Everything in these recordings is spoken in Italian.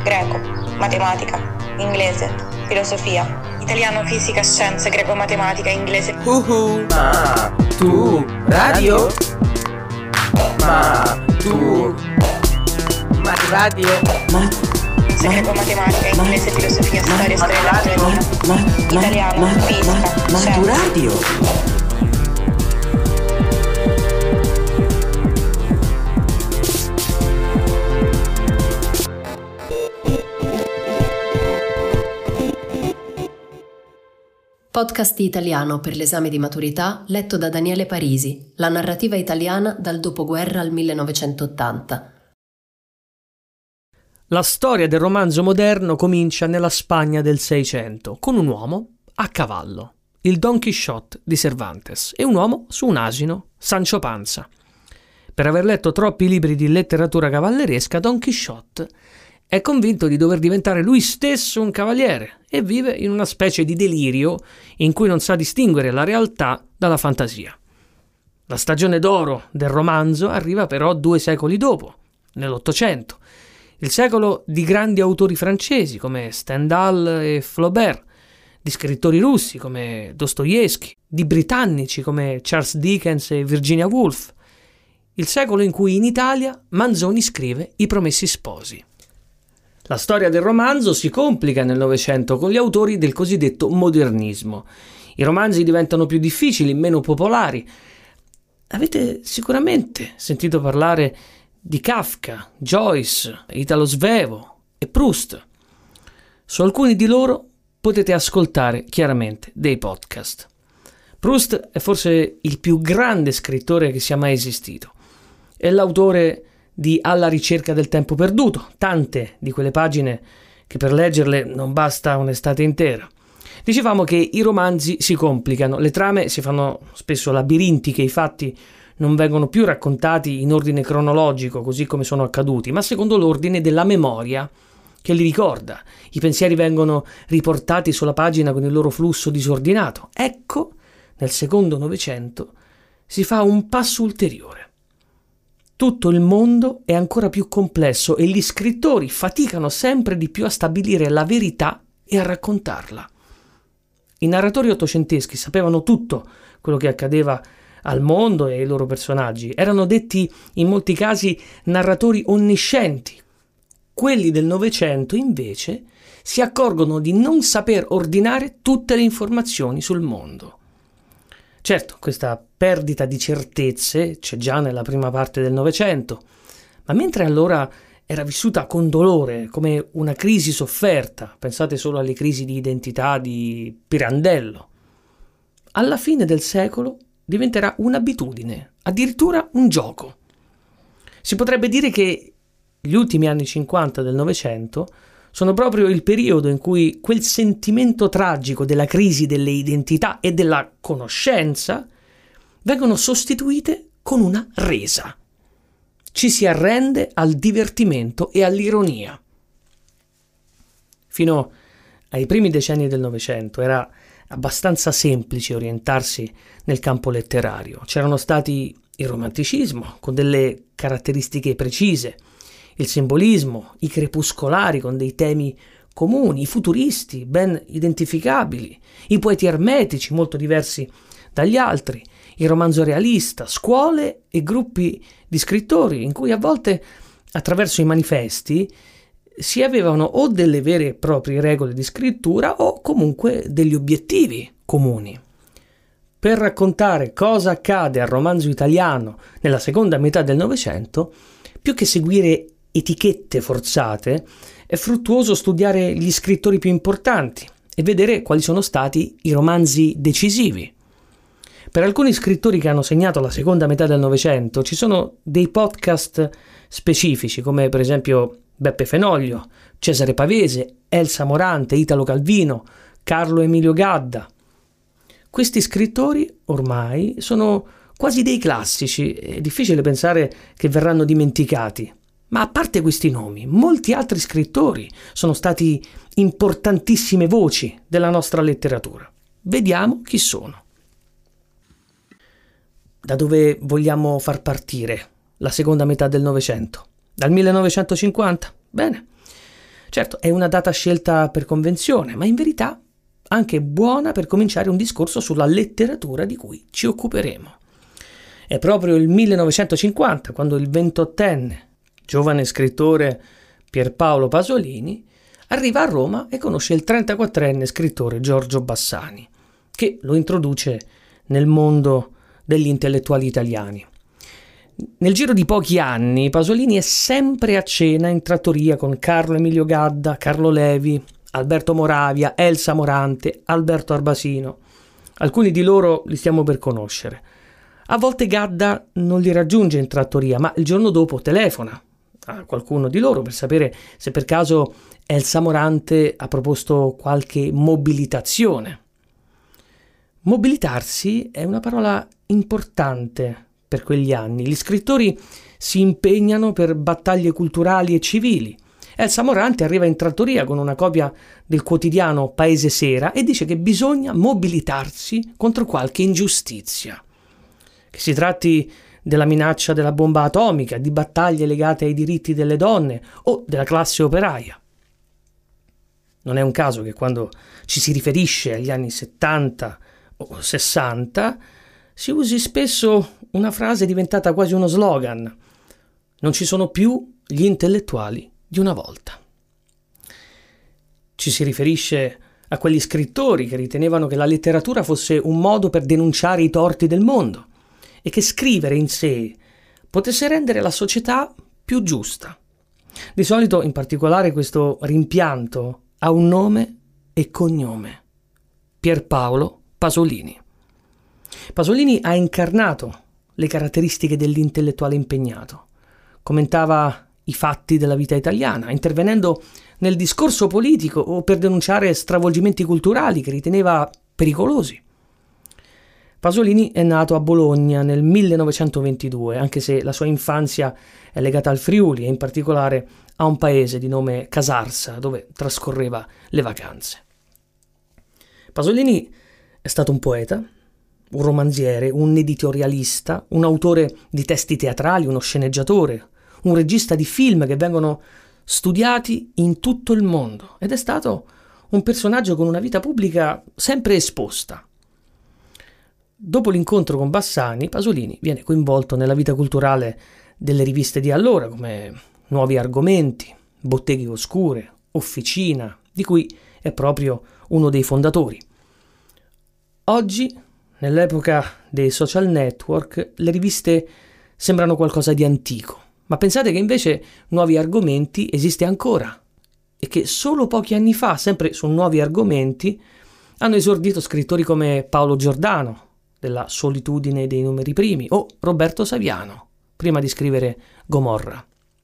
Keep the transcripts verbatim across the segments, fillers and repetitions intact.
greco, matematica, inglese, filosofia, italiano, fisica, scienze, greco, matematica, inglese. Uhu, ma tu radio? Ma tu ma radio? Ma greco, matematica, inglese, filosofia, storia, storia dell'arte, ma, ma, italiano, ma, fisica, ma, ma scienze. tu radio? Podcast di italiano per l'esame di maturità letto da Daniele Parisi, la narrativa italiana dal dopoguerra al millenovecentottanta. La storia del romanzo moderno comincia nella Spagna del Seicento, con un uomo a cavallo, il Don Quixote di Cervantes, e un uomo su un asino, Sancho Panza. Per aver letto troppi libri di letteratura cavalleresca, Don Quixote è convinto di dover diventare lui stesso un cavaliere e vive in una specie di delirio in cui non sa distinguere la realtà dalla fantasia. La stagione d'oro del romanzo arriva però due secoli dopo, nell'Ottocento, il secolo di grandi autori francesi come Stendhal e Flaubert, di scrittori russi come Dostoevsky, di britannici come Charles Dickens e Virginia Woolf, il secolo in cui in Italia Manzoni scrive I Promessi Sposi. La storia del romanzo si complica nel Novecento con gli autori del cosiddetto modernismo. I romanzi diventano più difficili, meno popolari. Avete sicuramente sentito parlare di Kafka, Joyce, Italo Svevo e Proust. Su alcuni di loro potete ascoltare chiaramente dei podcast. Proust è forse il più grande scrittore che sia mai esistito. È l'autore di Alla ricerca del tempo perduto, tante di quelle pagine che per leggerle non basta un'estate intera. Dicevamo che i romanzi si complicano, le trame si fanno spesso labirintiche, i fatti non vengono più raccontati in ordine cronologico, così come sono accaduti, ma secondo l'ordine della memoria che li ricorda. I pensieri vengono riportati sulla pagina con il loro flusso disordinato. Ecco, nel secondo Novecento si fa un passo ulteriore. Tutto il mondo è ancora più complesso e gli scrittori faticano sempre di più a stabilire la verità e a raccontarla. I narratori ottocenteschi sapevano tutto quello che accadeva al mondo e ai loro personaggi. Erano detti in molti casi narratori onniscienti. Quelli del Novecento, invece, si accorgono di non saper ordinare tutte le informazioni sul mondo. Certo, questa perdita di certezze c'è già nella prima parte del Novecento, ma mentre allora era vissuta con dolore, come una crisi sofferta, pensate solo alle crisi di identità di Pirandello, alla fine del secolo diventerà un'abitudine, addirittura un gioco. Si potrebbe dire che gli ultimi anni cinquanta del Novecento sono proprio il periodo in cui quel sentimento tragico della crisi delle identità e della conoscenza vengono sostituite con una resa. Ci si arrende al divertimento e all'ironia. Fino ai primi decenni del Novecento era abbastanza semplice orientarsi nel campo letterario. C'erano stati il romanticismo, con delle caratteristiche precise, il simbolismo, i crepuscolari con dei temi comuni, i futuristi ben identificabili, i poeti ermetici molto diversi dagli altri, il romanzo realista, scuole e gruppi di scrittori in cui a volte attraverso i manifesti si avevano o delle vere e proprie regole di scrittura o comunque degli obiettivi comuni. Per raccontare cosa accade al romanzo italiano nella seconda metà del Novecento, più che seguire etichette forzate, è fruttuoso studiare gli scrittori più importanti e vedere quali sono stati i romanzi decisivi. Per alcuni scrittori che hanno segnato la seconda metà del Novecento ci sono dei podcast specifici, come per esempio Beppe Fenoglio, Cesare Pavese, Elsa Morante, Italo Calvino, Carlo Emilio Gadda. Questi scrittori ormai sono quasi dei classici, è difficile pensare che verranno dimenticati. Ma a parte questi nomi, molti altri scrittori sono stati importantissime voci della nostra letteratura. Vediamo chi sono. Da dove vogliamo far partire la seconda metà del Novecento? Dal millenovecentocinquanta? Bene. Certo, è una data scelta per convenzione, ma in verità anche buona per cominciare un discorso sulla letteratura di cui ci occuperemo. È proprio il millenovecentocinquanta quando il ventottenne, giovane scrittore Pierpaolo Pasolini, arriva a Roma e conosce il trentaquattrenne scrittore Giorgio Bassani, che lo introduce nel mondo degli intellettuali italiani. Nel giro di pochi anni Pasolini è sempre a cena in trattoria con Carlo Emilio Gadda, Carlo Levi, Alberto Moravia, Elsa Morante, Alberto Arbasino. Alcuni di loro li stiamo per conoscere. A volte Gadda non li raggiunge in trattoria, ma il giorno dopo telefona a qualcuno di loro per sapere se per caso Elsa Morante ha proposto qualche mobilitazione. Mobilitarsi è una parola importante per quegli anni. Gli scrittori si impegnano per battaglie culturali e civili. Elsa Morante arriva in trattoria con una copia del quotidiano Paese Sera e dice che bisogna mobilitarsi contro qualche ingiustizia. Che si tratti della minaccia della bomba atomica, di battaglie legate ai diritti delle donne o della classe operaia. Non è un caso che quando ci si riferisce agli anni settanta o sessanta si usi spesso una frase diventata quasi uno slogan: non ci sono più gli intellettuali di una volta. Ci si riferisce a quegli scrittori che ritenevano che la letteratura fosse un modo per denunciare i torti del mondo e che scrivere in sé potesse rendere la società più giusta. Di solito, in particolare, questo rimpianto ha un nome e cognome: Pierpaolo Pasolini. Pasolini ha incarnato le caratteristiche dell'intellettuale impegnato. Commentava i fatti della vita italiana, intervenendo nel discorso politico o per denunciare stravolgimenti culturali che riteneva pericolosi. Pasolini è nato a Bologna nel millenovecentoventidue, anche se la sua infanzia è legata al Friuli e in particolare a un paese di nome Casarsa, dove trascorreva le vacanze. Pasolini è stato un poeta, un romanziere, un editorialista, un autore di testi teatrali, uno sceneggiatore, un regista di film che vengono studiati in tutto il mondo ed è stato un personaggio con una vita pubblica sempre esposta. Dopo l'incontro con Bassani, Pasolini viene coinvolto nella vita culturale delle riviste di allora come Nuovi Argomenti, Botteghe Oscure, Officina, di cui è proprio uno dei fondatori. Oggi, nell'epoca dei social network, le riviste sembrano qualcosa di antico, ma pensate che invece Nuovi Argomenti esiste ancora e che solo pochi anni fa, sempre su Nuovi Argomenti, hanno esordito scrittori come Paolo Giordano, della Solitudine dei numeri primi, o Roberto Saviano, prima di scrivere Gomorra.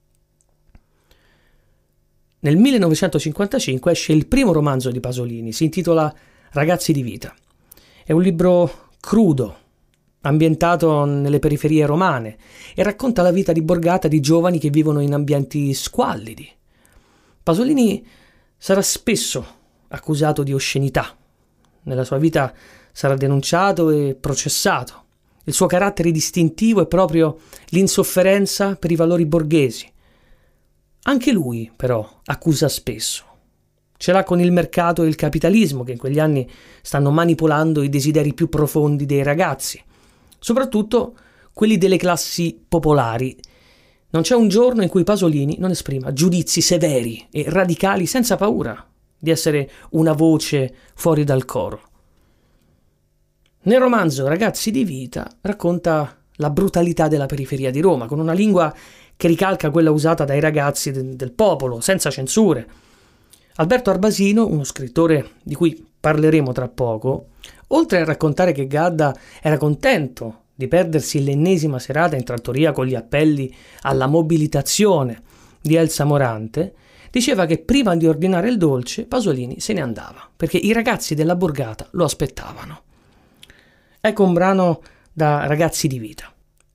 Nel millenovecentocinquantacinque esce il primo romanzo di Pasolini, si intitola Ragazzi di vita. È un libro crudo, ambientato nelle periferie romane e racconta la vita di borgata di giovani che vivono in ambienti squallidi. Pasolini sarà spesso accusato di oscenità. Nella sua vita sarà denunciato e processato. Il suo carattere distintivo è proprio l'insofferenza per i valori borghesi. Anche lui, però, accusa spesso. Ce l'ha con il mercato e il capitalismo che in quegli anni stanno manipolando i desideri più profondi dei ragazzi, soprattutto quelli delle classi popolari. Non c'è un giorno in cui Pasolini non esprima giudizi severi e radicali senza paura di essere una voce fuori dal coro. Nel romanzo Ragazzi di vita racconta la brutalità della periferia di Roma, con una lingua che ricalca quella usata dai ragazzi de- del popolo, senza censure. Alberto Arbasino, uno scrittore di cui parleremo tra poco, oltre a raccontare che Gadda era contento di perdersi l'ennesima serata in trattoria con gli appelli alla mobilitazione di Elsa Morante, diceva che prima di ordinare il dolce Pasolini se ne andava, perché i ragazzi della borgata lo aspettavano. Ecco un brano da Ragazzi di vita.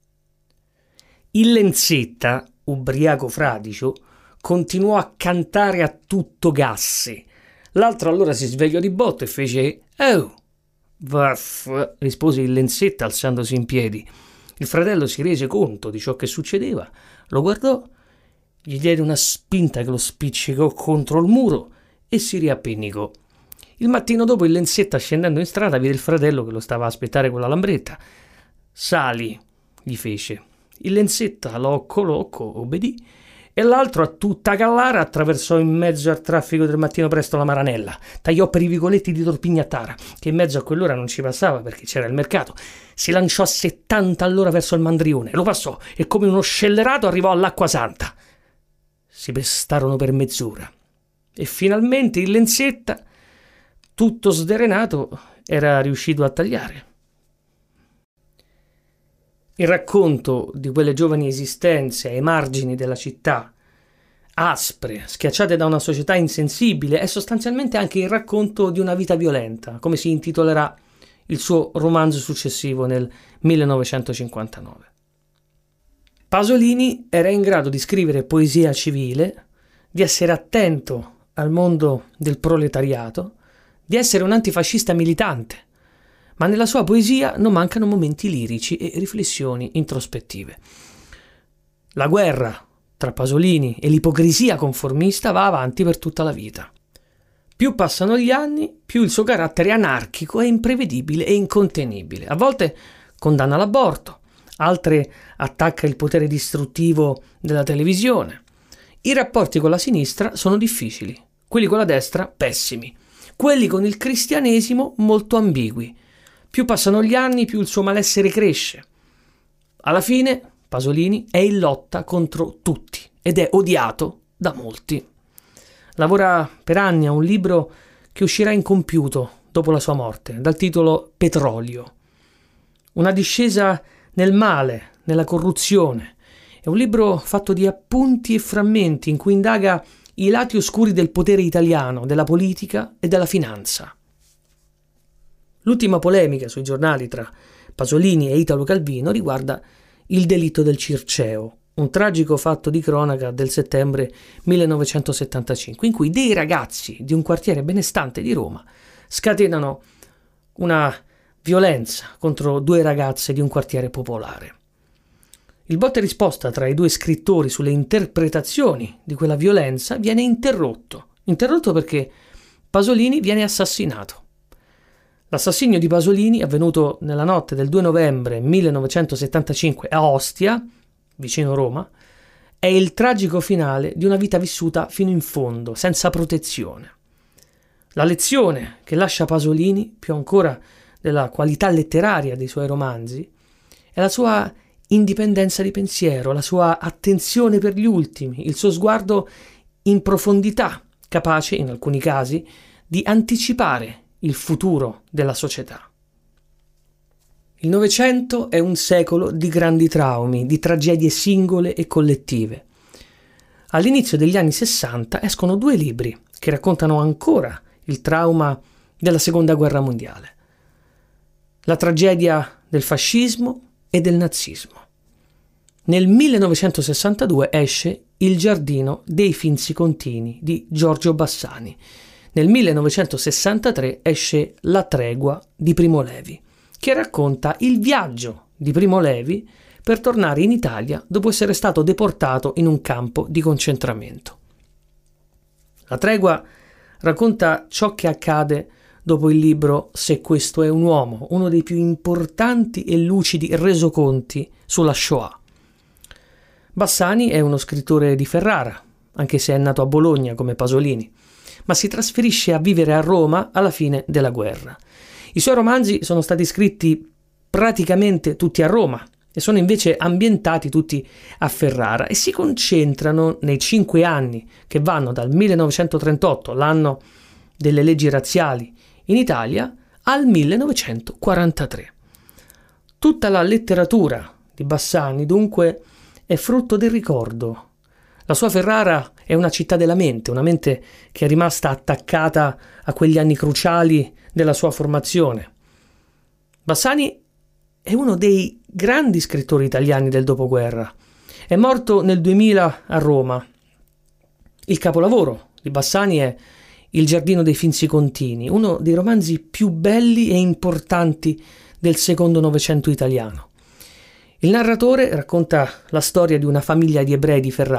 Il Lenzetta, ubriaco fradicio, continuò a cantare a tutto gassi. L'altro allora si svegliò di botto e fece «Oh!» «Vaff!» rispose il Lenzetta alzandosi in piedi. Il fratello si rese conto di ciò che succedeva, lo guardò gli diede una spinta che lo spiccicò contro il muro e si riappennicò. Il mattino dopo il Lenzetta, scendendo in strada, vide il fratello che lo stava a aspettare con la lambretta. «Sali», gli fece. Il Lenzetta, locco locco, obbedì, e l'altro a tutta callara attraversò in mezzo al traffico del mattino presto la Maranella, tagliò per i vicoletti di Torpignattara, che in mezzo a quell'ora non ci passava perché c'era il mercato, si lanciò a settanta all'ora verso il Mandrione, lo passò e come uno scellerato arrivò all'Acqua Santa. Si pestarono per mezz'ora e finalmente il Lenzetta, tutto sderenato, era riuscito a tagliare. Il racconto di quelle giovani esistenze ai margini della città, aspre, schiacciate da una società insensibile, è sostanzialmente anche il racconto di una vita violenta, come si intitolerà il suo romanzo successivo nel millenovecentocinquantanove. Pasolini era in grado di scrivere poesia civile, di essere attento al mondo del proletariato, di essere un antifascista militante, ma nella sua poesia non mancano momenti lirici e riflessioni introspettive. La guerra tra Pasolini e l'ipocrisia conformista va avanti per tutta la vita. Più passano gli anni, più il suo carattere anarchico è imprevedibile e incontenibile. A volte condanna l'aborto, altre attacca il potere distruttivo della televisione. I rapporti con la sinistra sono difficili, quelli con la destra pessimi, quelli con il cristianesimo molto ambigui. Più passano gli anni, più il suo malessere cresce. Alla fine, Pasolini è in lotta contro tutti ed è odiato da molti. Lavora per anni a un libro che uscirà incompiuto dopo la sua morte, dal titolo Petrolio. Una discesa nel male, nella corruzione. È un libro fatto di appunti e frammenti in cui indaga i lati oscuri del potere italiano, della politica e della finanza. L'ultima polemica sui giornali tra Pasolini e Italo Calvino riguarda il delitto del Circeo, un tragico fatto di cronaca del settembre millenovecentosettantacinque, in cui dei ragazzi di un quartiere benestante di Roma scatenano una violenza contro due ragazze di un quartiere popolare. Il botta e risposta tra i due scrittori sulle interpretazioni di quella violenza viene interrotto, interrotto perché Pasolini viene assassinato. L'assassinio di Pasolini, avvenuto nella notte del due novembre millenovecentosettantacinque a Ostia, vicino Roma, è il tragico finale di una vita vissuta fino in fondo, senza protezione. La lezione che lascia Pasolini, più ancora della qualità letteraria dei suoi romanzi, è la sua indipendenza di pensiero, la sua attenzione per gli ultimi, il suo sguardo in profondità, capace, in alcuni casi, di anticipare il futuro della società. Il Novecento è un secolo di grandi traumi, di tragedie singole e collettive. All'inizio degli anni Sessanta escono due libri che raccontano ancora il trauma della Seconda Guerra Mondiale. La tragedia del fascismo e del nazismo. Nel millenovecentosessantadue esce Il giardino dei Finzi Contini di Giorgio Bassani. Nel millenovecentosessantatré esce La tregua di Primo Levi, che racconta il viaggio di Primo Levi per tornare in Italia dopo essere stato deportato in un campo di concentramento. La tregua racconta ciò che accade dopo il libro Se questo è un uomo, uno dei più importanti e lucidi resoconti sulla Shoah. Bassani è uno scrittore di Ferrara, anche se è nato a Bologna come Pasolini, ma si trasferisce a vivere a Roma alla fine della guerra. I suoi romanzi sono stati scritti praticamente tutti a Roma e sono invece ambientati tutti a Ferrara e si concentrano nei cinque anni che vanno dal millenovecentotrentotto, l'anno delle leggi razziali in Italia, al millenovecentoquarantatré. Tutta la letteratura di Bassani, dunque, è frutto del ricordo. La sua Ferrara è una città della mente, una mente che è rimasta attaccata a quegli anni cruciali della sua formazione. Bassani è uno dei grandi scrittori italiani del dopoguerra. È morto nel duemila a Roma. Il capolavoro di Bassani è Il giardino dei Finzi Contini, uno dei romanzi più belli e importanti del secondo Novecento italiano. Il narratore racconta la storia di una famiglia di ebrei di Ferrara,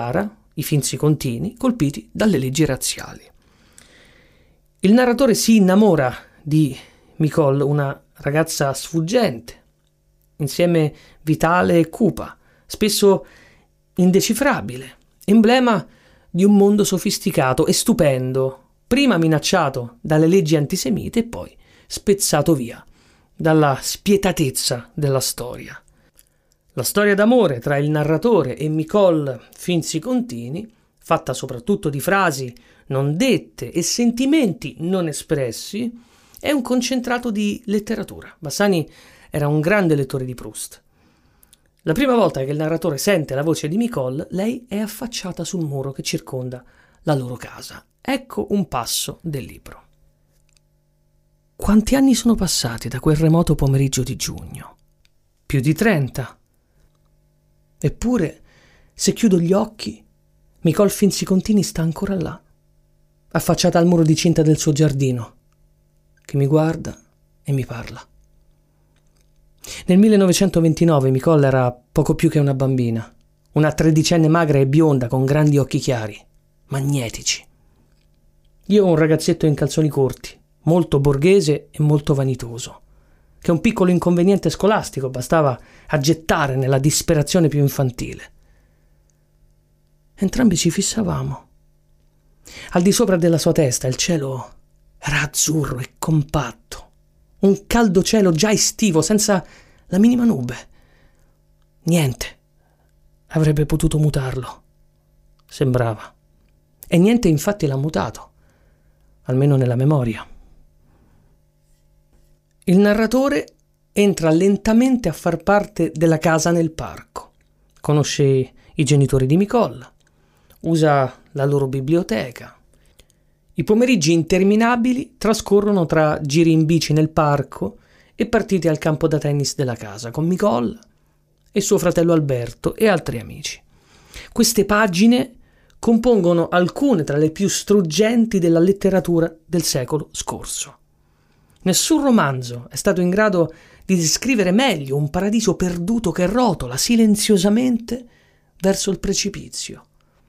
i Finzi-Contini colpiti dalle leggi razziali. Il narratore si innamora di Micol, una ragazza sfuggente, insieme vitale e cupa, spesso indecifrabile, emblema di un mondo sofisticato e stupendo, prima minacciato dalle leggi antisemite e poi spezzato via dalla spietatezza della storia. La storia d'amore tra il narratore e Micol Finzi-Contini, fatta soprattutto di frasi non dette e sentimenti non espressi, è un concentrato di letteratura. Bassani era un grande lettore di Proust. La prima volta che il narratore sente la voce di Micol, lei è affacciata sul muro che circonda la loro casa. Ecco un passo del libro. Quanti anni sono passati da quel remoto pomeriggio di giugno? Più di trenta. Eppure, se chiudo gli occhi, Micol Finzi-Contini sta ancora là, affacciata al muro di cinta del suo giardino, che mi guarda e mi parla. Nel millenovecentoventinove Micol era poco più che una bambina, una tredicenne magra e bionda con grandi occhi chiari, magnetici. Io un ragazzetto in calzoni corti, molto borghese e molto vanitoso, che un piccolo inconveniente scolastico bastava a gettare nella disperazione più infantile. Entrambi ci fissavamo. Al di sopra della sua testa il cielo era azzurro e compatto, un caldo cielo già estivo, senza la minima nube. Niente avrebbe potuto mutarlo, sembrava. E niente infatti l'ha mutato, almeno nella memoria. Il narratore entra lentamente a far parte della casa nel parco. Conosce i genitori di Micol, usa la loro biblioteca. I pomeriggi interminabili trascorrono tra giri in bici nel parco e partite al campo da tennis della casa con Micol e suo fratello Alberto e altri amici. Queste pagine compongono alcune tra le più struggenti della letteratura del secolo scorso. Nessun romanzo è stato in grado di descrivere meglio un paradiso perduto che rotola silenziosamente verso il precipizio.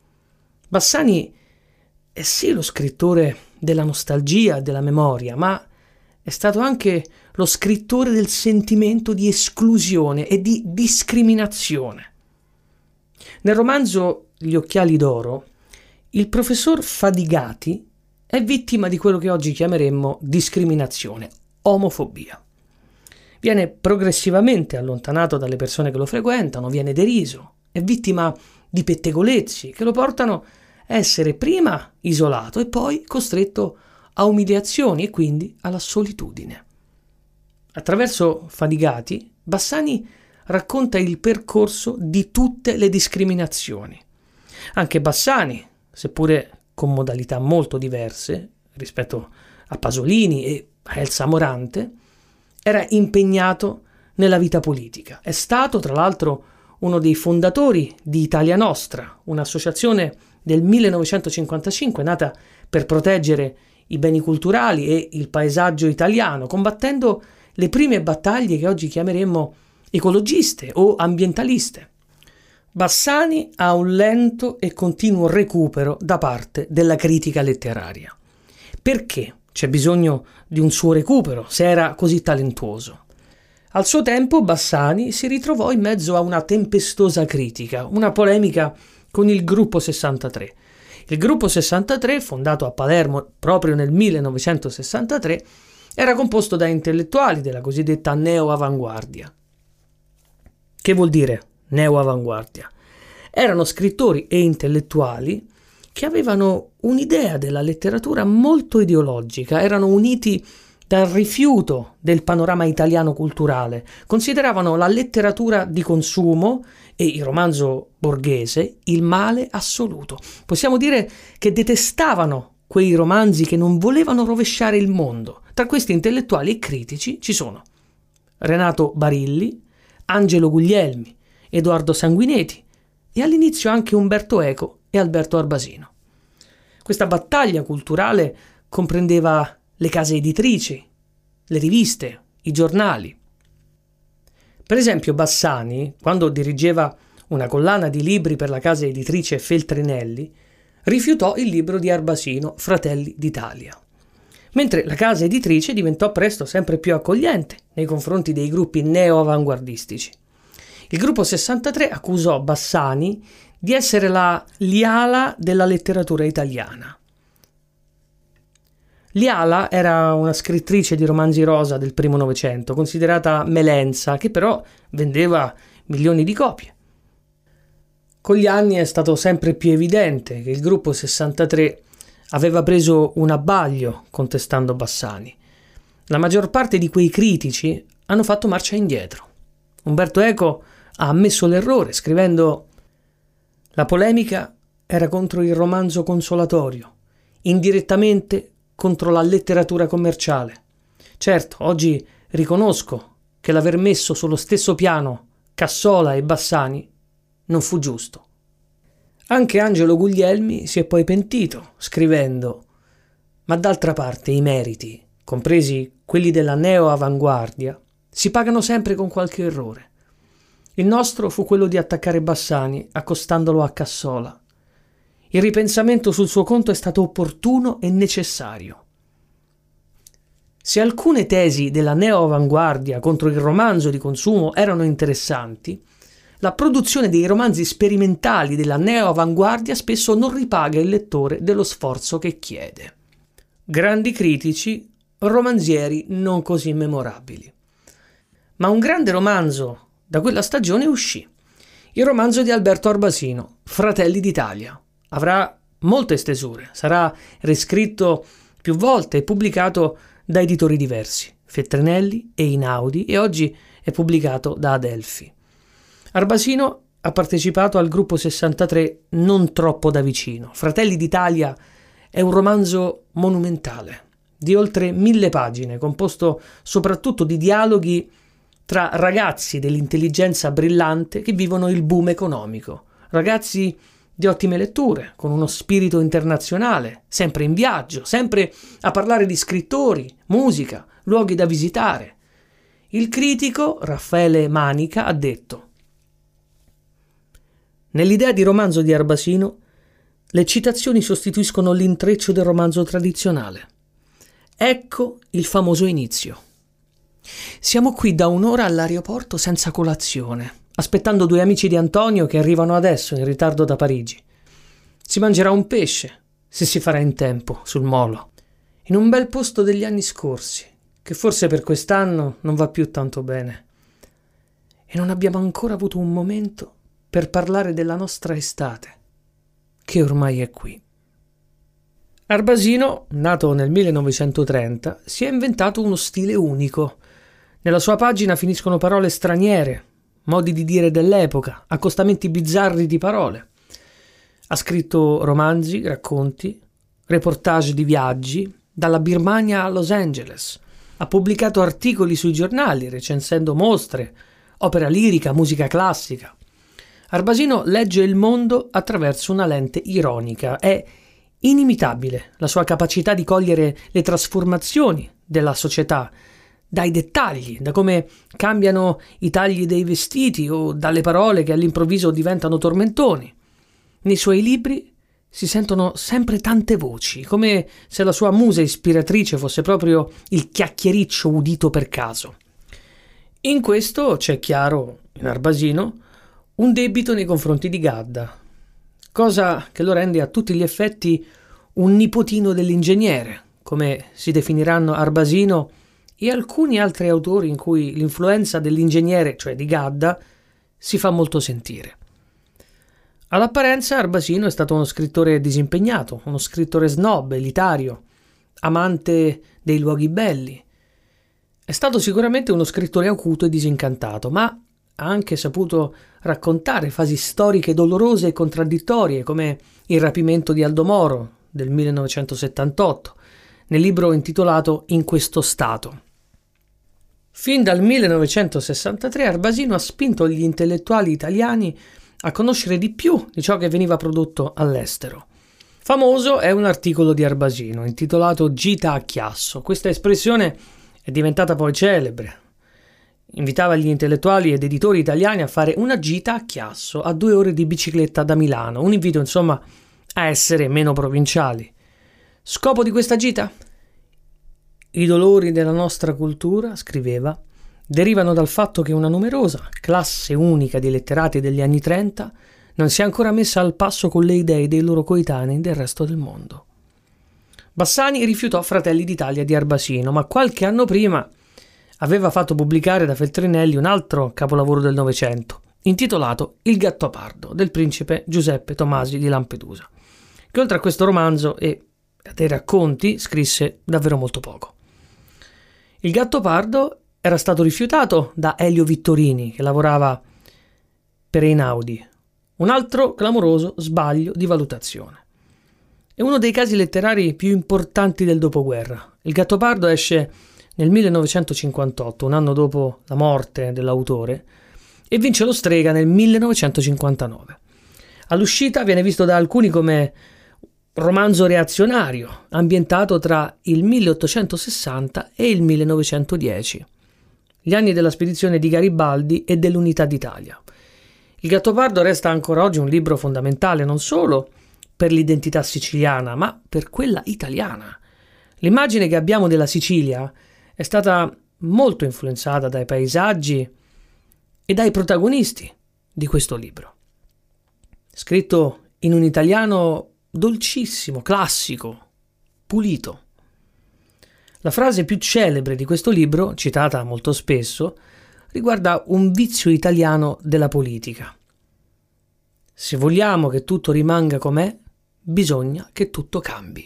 Bassani è sì lo scrittore della nostalgia e della memoria, ma è stato anche lo scrittore del sentimento di esclusione e di discriminazione. Nel romanzo Gli occhiali d'oro, il professor Fadigati è vittima di quello che oggi chiameremmo discriminazione, omofobia. Viene progressivamente allontanato dalle persone che lo frequentano, viene deriso, è vittima di pettegolezzi che lo portano a essere prima isolato e poi costretto a umiliazioni e quindi alla solitudine. Attraverso Fadigati, Bassani racconta il percorso di tutte le discriminazioni. Anche Bassani, seppure con modalità molto diverse rispetto a Pasolini e a Elsa Morante, era impegnato nella vita politica. È stato, tra l'altro, uno dei fondatori di Italia Nostra, un'associazione del millenovecentocinquantacinque nata per proteggere i beni culturali e il paesaggio italiano, combattendo le prime battaglie che oggi chiameremmo ecologiste o ambientaliste. Bassani ha un lento e continuo recupero da parte della critica letteraria. Perché c'è bisogno di un suo recupero se era così talentuoso? Al suo tempo Bassani si ritrovò in mezzo a una tempestosa critica, una polemica con il Gruppo sessantatré. Il Gruppo sessantatré, fondato a Palermo proprio nel millenovecentosessantatré, era composto da intellettuali della cosiddetta neo-avanguardia. Che vuol dire neo-avanguardia? Erano scrittori e intellettuali che avevano un'idea della letteratura molto ideologica, erano uniti dal rifiuto del panorama italiano culturale, consideravano la letteratura di consumo e il romanzo borghese il male assoluto. Possiamo dire che detestavano quei romanzi che non volevano rovesciare il mondo. Tra questi intellettuali e critici ci sono Renato Barilli, Angelo Guglielmi, Edoardo Sanguineti e all'inizio anche Umberto Eco e Alberto Arbasino. Questa battaglia culturale comprendeva le case editrici, le riviste, i giornali. Per esempio Bassani, quando dirigeva una collana di libri per la casa editrice Feltrinelli, rifiutò il libro di Arbasino, Fratelli d'Italia. Mentre la casa editrice diventò presto sempre più accogliente nei confronti dei gruppi neo-avanguardistici. Il gruppo sessantatré accusò Bassani di essere la Liala della letteratura italiana. Liala era una scrittrice di romanzi rosa del primo Novecento, considerata melenza, che però vendeva milioni di copie. Con gli anni è stato sempre più evidente che il gruppo sessantatré aveva preso un abbaglio contestando Bassani. La maggior parte di quei critici hanno fatto marcia indietro. Umberto Eco ha ammesso l'errore scrivendo: «La polemica era contro il romanzo consolatorio, indirettamente contro la letteratura commerciale. Certo, oggi riconosco che l'aver messo sullo stesso piano Cassola e Bassani non fu giusto». Anche Angelo Guglielmi si è poi pentito, scrivendo: «Ma d'altra parte i meriti, compresi quelli della neo-avanguardia, si pagano sempre con qualche errore. Il nostro fu quello di attaccare Bassani accostandolo a Cassola. Il ripensamento sul suo conto è stato opportuno e necessario. Se alcune tesi della neo-avanguardia contro il romanzo di consumo erano interessanti, la produzione dei romanzi sperimentali della neo-avanguardia spesso non ripaga il lettore dello sforzo che chiede. Grandi critici, romanzieri non così memorabili. Ma un grande romanzo da quella stagione uscì. Il romanzo di Alberto Arbasino, Fratelli d'Italia. Avrà molte stesure, sarà riscritto più volte e pubblicato da editori diversi, Feltrinelli e Einaudi, e oggi è pubblicato da Adelphi. Arbasino ha partecipato al gruppo sessantatré non troppo da vicino. Fratelli d'Italia è un romanzo monumentale, di oltre mille pagine, composto soprattutto di dialoghi tra ragazzi dell'intelligenza brillante che vivono il boom economico, ragazzi di ottime letture, con uno spirito internazionale, sempre in viaggio, sempre a parlare di scrittori, musica, luoghi da visitare. Il critico Raffaele Manica ha detto: «Nell'idea di romanzo di Arbasino, le citazioni sostituiscono l'intreccio del romanzo tradizionale. Ecco il famoso inizio. Siamo qui da un'ora all'aeroporto senza colazione, aspettando due amici di Antonio che arrivano adesso in ritardo da Parigi. Si mangerà un pesce, se si farà in tempo, sul molo, in un bel posto degli anni scorsi, che forse per quest'anno non va più tanto bene. E non abbiamo ancora avuto un momento per parlare della nostra estate, che ormai è qui». Arbasino, nato nel millenovecentotrenta, si è inventato uno stile unico. Nella sua pagina finiscono parole straniere, modi di dire dell'epoca, accostamenti bizzarri di parole. Ha scritto romanzi, racconti, reportage di viaggi, dalla Birmania a Los Angeles. Ha pubblicato articoli sui giornali, recensendo mostre, opera lirica, musica classica. Arbasino legge il mondo attraverso una lente ironica. È inimitabile la sua capacità di cogliere le trasformazioni della società, dai dettagli, da come cambiano i tagli dei vestiti o dalle parole che all'improvviso diventano tormentoni. Nei suoi libri si sentono sempre tante voci, come se la sua musa ispiratrice fosse proprio il chiacchiericcio udito per caso. In questo c'è chiaro, in Arbasino, un debito nei confronti di Gadda, cosa che lo rende a tutti gli effetti un nipotino dell'ingegnere, come si definiranno Arbasino e alcuni altri autori in cui l'influenza dell'ingegnere, cioè di Gadda, si fa molto sentire. All'apparenza Arbasino è stato uno scrittore disimpegnato, uno scrittore snob, elitario, amante dei luoghi belli. È stato sicuramente uno scrittore acuto e disincantato, ma ha anche saputo raccontare fasi storiche dolorose e contraddittorie, come il rapimento di Aldo Moro del millenovecentosettantotto, nel libro intitolato In questo stato. Fin dal millenovecentosessantatré Arbasino ha spinto gli intellettuali italiani a conoscere di più di ciò che veniva prodotto all'estero. Famoso è un articolo di Arbasino intitolato Gita a Chiasso. Questa espressione è diventata poi celebre. invitava gli intellettuali ed editori italiani a fare una gita a Chiasso, a due ore di bicicletta da Milano, un invito insomma a essere meno provinciali. Scopo di questa gita? I dolori della nostra cultura, scriveva, derivano dal fatto che una numerosa classe unica di letterati degli anni trenta non si è ancora messa al passo con le idee dei loro coetanei del resto del mondo. Bassani rifiutò Fratelli d'Italia di Arbasino, ma qualche anno prima aveva fatto pubblicare da Feltrinelli un altro capolavoro del Novecento, intitolato Il Gattopardo, del principe Giuseppe Tomasi di Lampedusa, che oltre a questo romanzo e a dei racconti scrisse davvero molto poco. Il Gattopardo era stato rifiutato da Elio Vittorini, che lavorava per Einaudi, un altro clamoroso sbaglio di valutazione. È uno dei casi letterari più importanti del dopoguerra. Il Gattopardo esce nel millenovecentocinquantotto, un anno dopo la morte dell'autore, e vince lo Strega nel millenovecentocinquantanove. All'uscita viene visto da alcuni come romanzo reazionario, ambientato tra il milleottocentosessanta e il millenovecentodieci, gli anni della spedizione di Garibaldi e dell'Unità d'Italia. Il Gattopardo resta ancora oggi un libro fondamentale non solo per l'identità siciliana, ma per quella italiana. L'immagine che abbiamo della Sicilia è stata molto influenzata dai paesaggi e dai protagonisti di questo libro. Scritto in un italiano dolcissimo, classico, pulito. La frase più celebre di questo libro, citata molto spesso, riguarda un vizio italiano della politica. Se vogliamo che tutto rimanga com'è, bisogna che tutto cambi.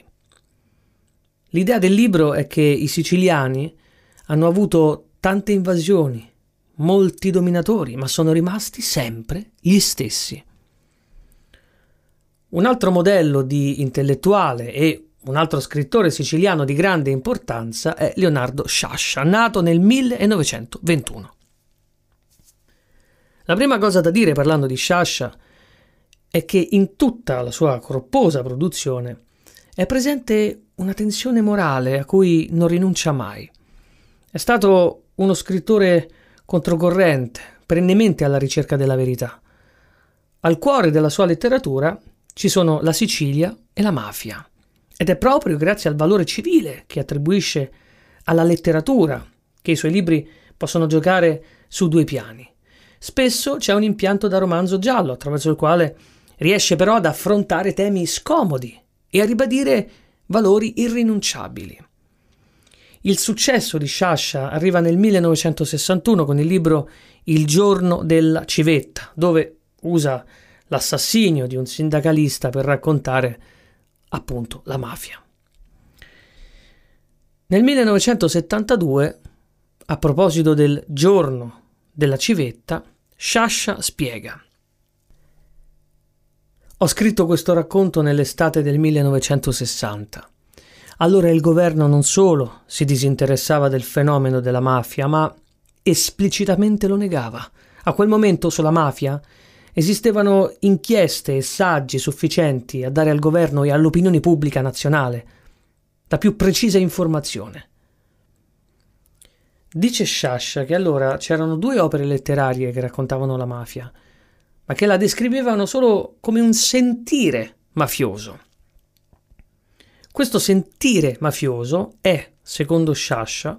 L'idea del libro è che i siciliani hanno avuto tante invasioni, molti dominatori, ma sono rimasti sempre gli stessi. Un altro modello di intellettuale e un altro scrittore siciliano di grande importanza è Leonardo Sciascia, nato nel millenovecentoventuno. La prima cosa da dire parlando di Sciascia è che in tutta la sua corposa produzione è presente una tensione morale a cui non rinuncia mai. È stato uno scrittore controcorrente, perennemente alla ricerca della verità. Al cuore della sua letteratura ci sono la Sicilia e la mafia, ed è proprio grazie al valore civile che attribuisce alla letteratura che i suoi libri possono giocare su due piani. Spesso c'è un impianto da romanzo giallo, attraverso il quale riesce però ad affrontare temi scomodi e a ribadire valori irrinunciabili. Il successo di Sciascia arriva nel millenovecentosessantuno con il libro Il giorno della civetta, dove usa l'assassinio di un sindacalista per raccontare appunto la mafia. Nel millenovecentosettantadue, a proposito del giorno della civetta, Sciascia spiega: ho scritto questo racconto nell'estate del millenovecentosessanta. Allora il governo non solo si disinteressava del fenomeno della mafia, ma esplicitamente lo negava. A quel momento sulla mafia esistevano inchieste e saggi sufficienti a dare al governo e all'opinione pubblica nazionale la più precisa informazione. Dice Sciascia che allora c'erano due opere letterarie che raccontavano la mafia, ma che la descrivevano solo come un sentire mafioso. Questo sentire mafioso è, secondo Sciascia,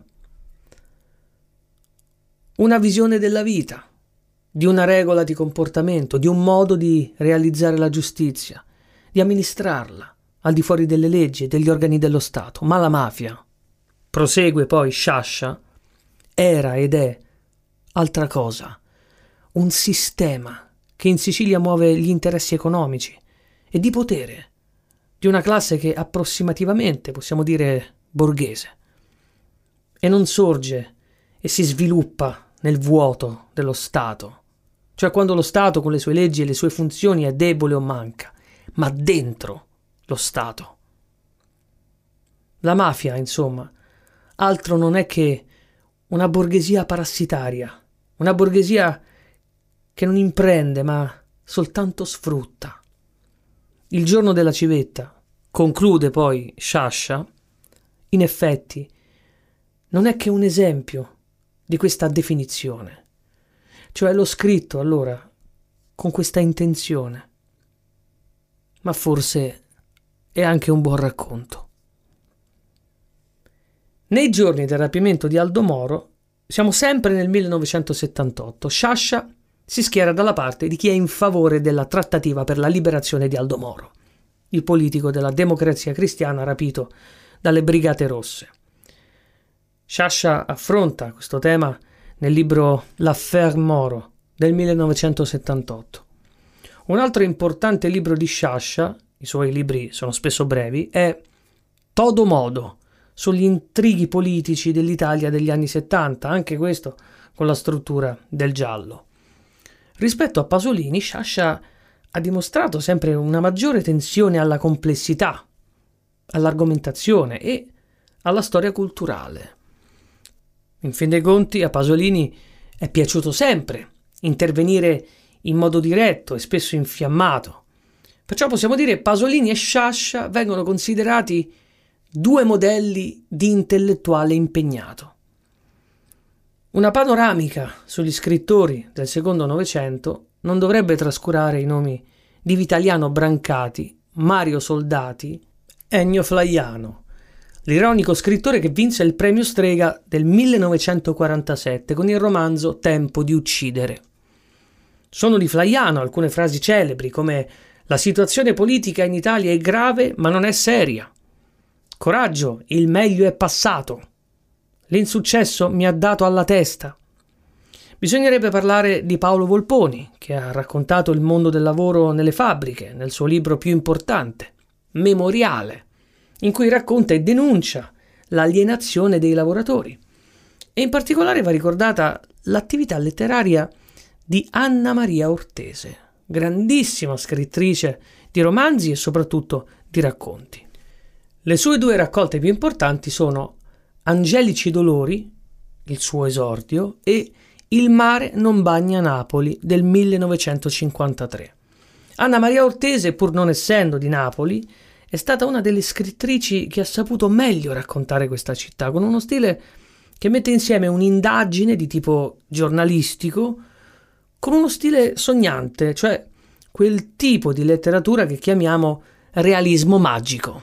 una visione della vita, di una regola di comportamento, di un modo di realizzare la giustizia, di amministrarla al di fuori delle leggi e degli organi dello Stato. Ma la mafia, prosegue poi Sciascia, era ed è altra cosa, un sistema che in Sicilia muove gli interessi economici e di potere di una classe che approssimativamente possiamo dire borghese, e non sorge e si sviluppa nel vuoto dello Stato, cioè quando lo Stato con le sue leggi e le sue funzioni è debole o manca, ma dentro lo Stato. La mafia, insomma, altro non è che una borghesia parassitaria, una borghesia che non imprende ma soltanto sfrutta. Il giorno della civetta, conclude poi Sciascia, in effetti non è che un esempio di questa definizione. Cioè l'ho scritto allora con questa intenzione, ma forse è anche un buon racconto. Nei giorni del rapimento di Aldo Moro, siamo sempre nel millenovecentosettantotto, Sciascia si schiera dalla parte di chi è in favore della trattativa per la liberazione di Aldo Moro, il politico della Democrazia Cristiana rapito dalle Brigate Rosse. Sciascia affronta questo tema nel libro L'Affaire Moro del millenovecentosettantotto. Un altro importante libro di Sciascia, i suoi libri sono spesso brevi, è Todo Modo, sugli intrighi politici dell'Italia degli anni settanta, anche questo con la struttura del giallo. Rispetto a Pasolini, Sciascia ha dimostrato sempre una maggiore tensione alla complessità, all'argomentazione e alla storia culturale. In fin dei conti, a Pasolini è piaciuto sempre intervenire in modo diretto e spesso infiammato. Perciò possiamo dire che Pasolini e Sciascia vengono considerati due modelli di intellettuale impegnato. Una panoramica sugli scrittori del secondo Novecento non dovrebbe trascurare i nomi di Vitaliano Brancati, Mario Soldati, Ennio Flaiano, l'ironico scrittore che vinse il premio Strega del millenovecentoquarantasette con il romanzo Tempo di uccidere. Sono di Flaiano alcune frasi celebri come «La situazione politica in Italia è grave ma non è seria», «Coraggio, il meglio è passato», «L'insuccesso mi ha dato alla testa». Bisognerebbe parlare di Paolo Volponi, che ha raccontato il mondo del lavoro nelle fabbriche nel suo libro più importante, Memoriale, in cui racconta e denuncia l'alienazione dei lavoratori. E in particolare va ricordata l'attività letteraria di Anna Maria Ortese, grandissima scrittrice di romanzi e soprattutto di racconti. Le sue due raccolte più importanti sono Angelici dolori, il suo esordio, e Il mare non bagna Napoli del millenovecentocinquantatré. Anna Maria Ortese, pur non essendo di Napoli, è stata una delle scrittrici che ha saputo meglio raccontare questa città, con uno stile che mette insieme un'indagine di tipo giornalistico con uno stile sognante, cioè quel tipo di letteratura che chiamiamo realismo magico.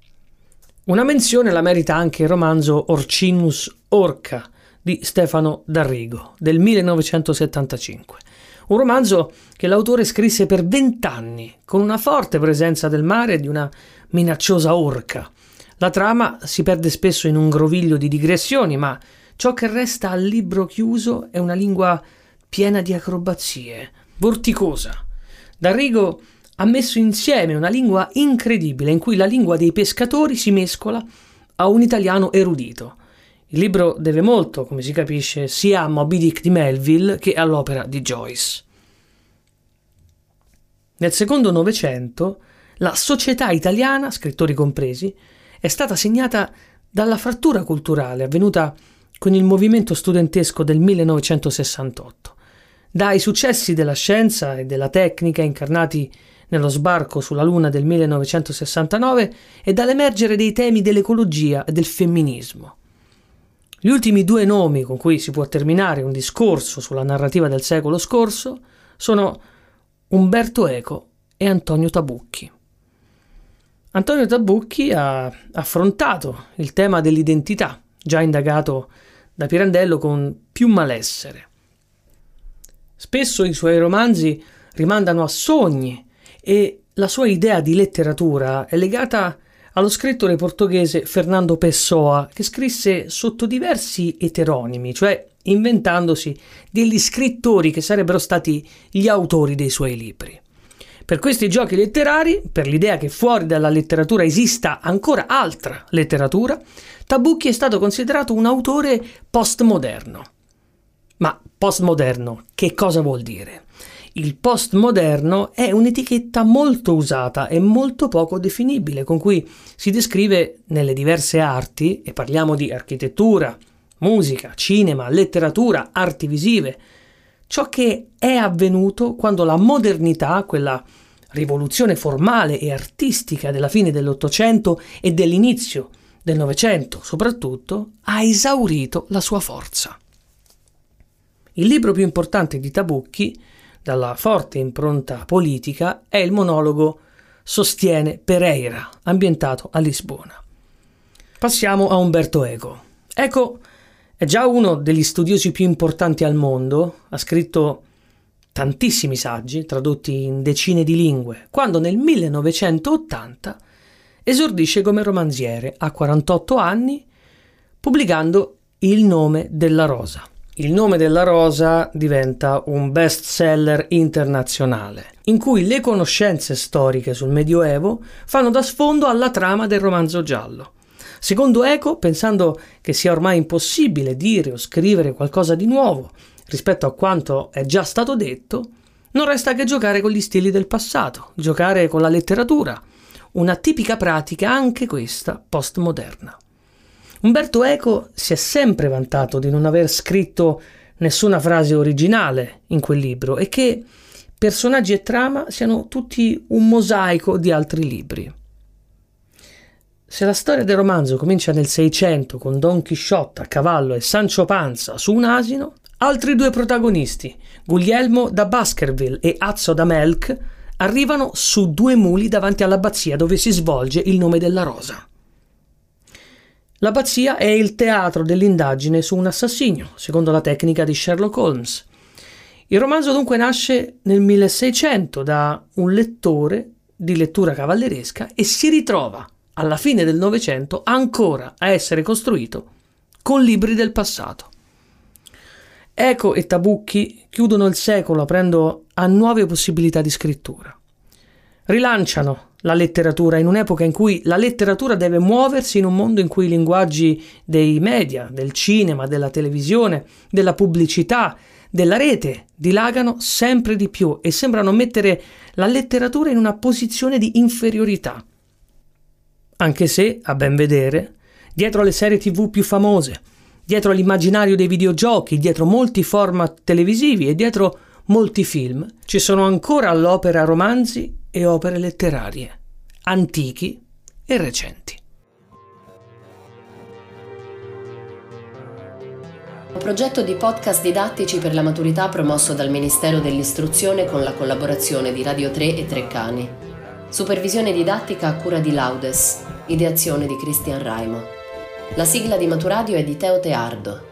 Una menzione la merita anche il romanzo Orcinus Orca di Stefano D'Arrigo del millenovecentosettantacinque. Un romanzo che l'autore scrisse per vent'anni, con una forte presenza del mare e di una minacciosa orca. La trama si perde spesso in un groviglio di digressioni, ma ciò che resta al libro chiuso è una lingua piena di acrobazie, vorticosa. D'Arrigo ha messo insieme una lingua incredibile, in cui la lingua dei pescatori si mescola a un italiano erudito. Il libro deve molto, come si capisce, sia a Moby Dick di Melville che all'opera di Joyce. Nel secondo Novecento, la società italiana, scrittori compresi, è stata segnata dalla frattura culturale avvenuta con il movimento studentesco del millenovecentosessantotto, dai successi della scienza e della tecnica incarnati nello sbarco sulla Luna del millenovecentosessantanove e dall'emergere dei temi dell'ecologia e del femminismo. Gli ultimi due nomi con cui si può terminare un discorso sulla narrativa del secolo scorso sono Umberto Eco e Antonio Tabucchi. Antonio Tabucchi ha affrontato il tema dell'identità, già indagato da Pirandello con Più malessere. Spesso i suoi romanzi rimandano a sogni e la sua idea di letteratura è legata allo scrittore portoghese Fernando Pessoa, che scrisse sotto diversi eteronimi, cioè inventandosi degli scrittori che sarebbero stati gli autori dei suoi libri. Per questi giochi letterari, per l'idea che fuori dalla letteratura esista ancora altra letteratura, Tabucchi è stato considerato un autore postmoderno. Ma postmoderno che cosa vuol dire? Il postmoderno è un'etichetta molto usata e molto poco definibile, con cui si descrive nelle diverse arti, e parliamo di architettura, musica, cinema, letteratura, arti visive, ciò che è avvenuto quando la modernità, quella rivoluzione formale e artistica della fine dell'Ottocento e dell'inizio del Novecento soprattutto, ha esaurito la sua forza. Il libro più importante di Tabucchi, dalla forte impronta politica, è il monologo Sostiene Pereira, ambientato a Lisbona. Passiamo a Umberto Eco. Eco è già uno degli studiosi più importanti al mondo, ha scritto tantissimi saggi, tradotti in decine di lingue, quando nel millenovecentottanta esordisce come romanziere a quarantotto anni, pubblicando Il nome della rosa. Il nome della rosa diventa un best seller internazionale, in cui le conoscenze storiche sul Medioevo fanno da sfondo alla trama del romanzo giallo. Secondo Eco, pensando che sia ormai impossibile dire o scrivere qualcosa di nuovo rispetto a quanto è già stato detto, non resta che giocare con gli stili del passato, giocare con la letteratura, una tipica pratica anche questa postmoderna. Umberto Eco si è sempre vantato di non aver scritto nessuna frase originale in quel libro e che personaggi e trama siano tutti un mosaico di altri libri. Se la storia del romanzo comincia nel Seicento con Don Chisciotte a cavallo e Sancho Panza su un asino, altri due protagonisti, Guglielmo da Baskerville e Azzo da Melk, arrivano su due muli davanti all'abbazia dove si svolge Il nome della rosa. L'abbazia è il teatro dell'indagine su un assassinio, secondo la tecnica di Sherlock Holmes. Il romanzo dunque nasce nel milleseicento da un lettore di lettura cavalleresca e si ritrova alla fine del Novecento ancora a essere costruito con libri del passato. Eco e Tabucchi chiudono il secolo aprendo a nuove possibilità di scrittura. Rilanciano la letteratura in un'epoca in cui la letteratura deve muoversi in un mondo in cui i linguaggi dei media, del cinema, della televisione, della pubblicità, della rete dilagano sempre di più e sembrano mettere la letteratura in una posizione di inferiorità. Anche se, a ben vedere, dietro alle serie tivù più famose, dietro all'immaginario dei videogiochi, dietro molti format televisivi e dietro molti film, ci sono ancora all'opera romanzi e opere letterarie, antichi e recenti. Un progetto di podcast didattici per la maturità promosso dal Ministero dell'Istruzione con la collaborazione di Radio tre e Treccani. Supervisione didattica a cura di Laudes, ideazione di Cristian Raimo. La sigla di Maturadio è di Teo Teardo.